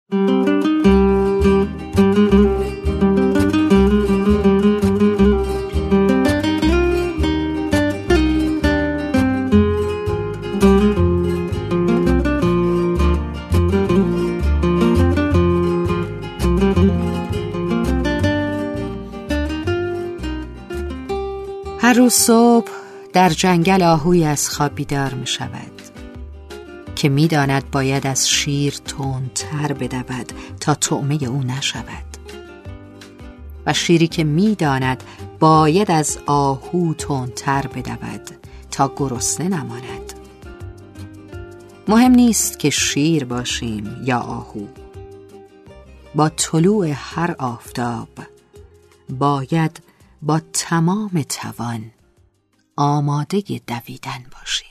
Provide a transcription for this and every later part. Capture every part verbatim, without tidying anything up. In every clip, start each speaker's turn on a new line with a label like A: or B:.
A: هر روز صبح در جنگل آهوی از خواب بیدار می شود که می داند باید از شیر تندتر بدود تا طعمه او نشود، و شیری که می داند باید از آهو تندتر بدود تا گرسنه نماند. مهم نیست که شیر باشیم یا آهو، با طلوع هر آفتاب باید با تمام توان آماده دویدن باشیم.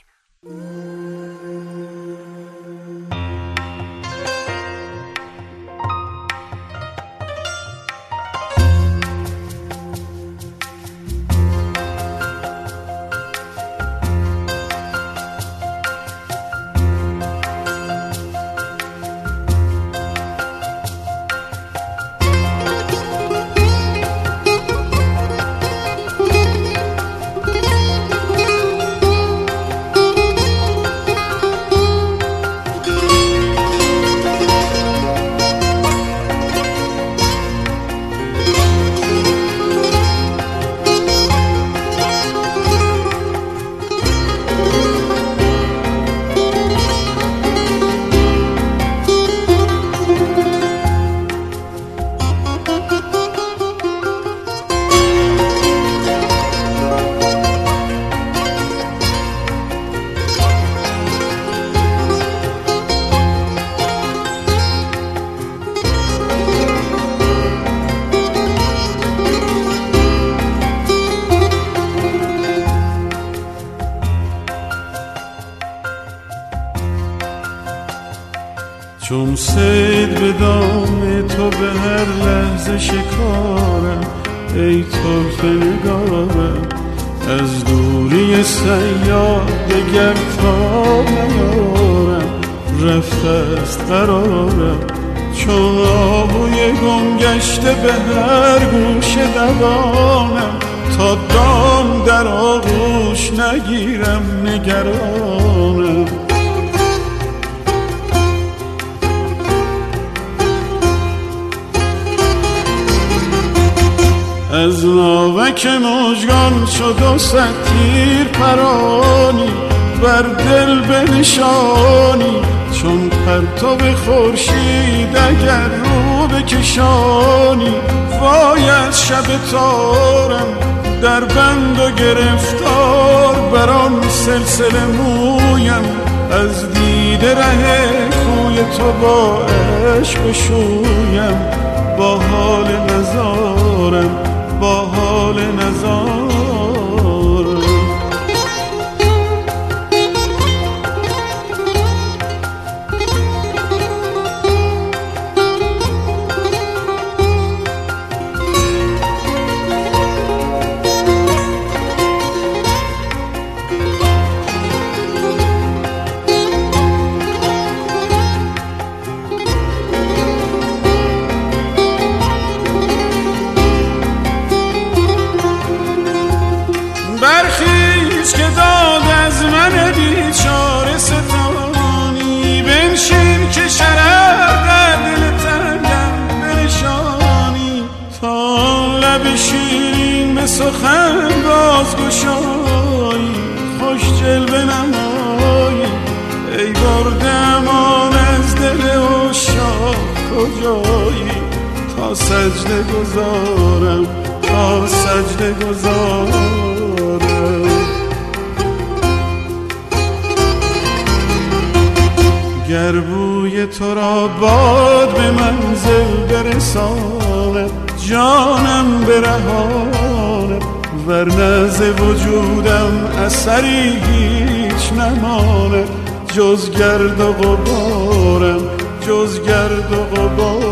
B: چون صید به دام تو به هر لحظه شکارم، ای طرف نگارم از دوری صیاد دگر تا نیارم، رفته است قرارم چون آهوی گم گشته به هر گوشه دوانم، تا دام در آغوش نگیرم نگرانم. از ناوک مژگان شد و صد تیر پرانی، بر دل بنشانی چون پرتو خورشید اگر رو بکشانی. وای از شب تارم در بند و گرفتار، بر آن سلسله مویم از دیده ره کوی تو با عشق شویم. با حال نزارم با حال نزارم برخیز که داد از من بیچاره ستانی، بنشین که شرر در دل تنگم بنشانی، تا لب شیرین به سخن بازگشایی، خوش جلوه نمایی ای برده امان از دل عشاق کجایی. تا سجده گذارم تا سجده گذارم گر بوی تو را باد به منزل برساند، جانم برهاند ورنه ز وجودم اثری هیچ نماند، جز گرد و غبارم جز گرد و غبارم.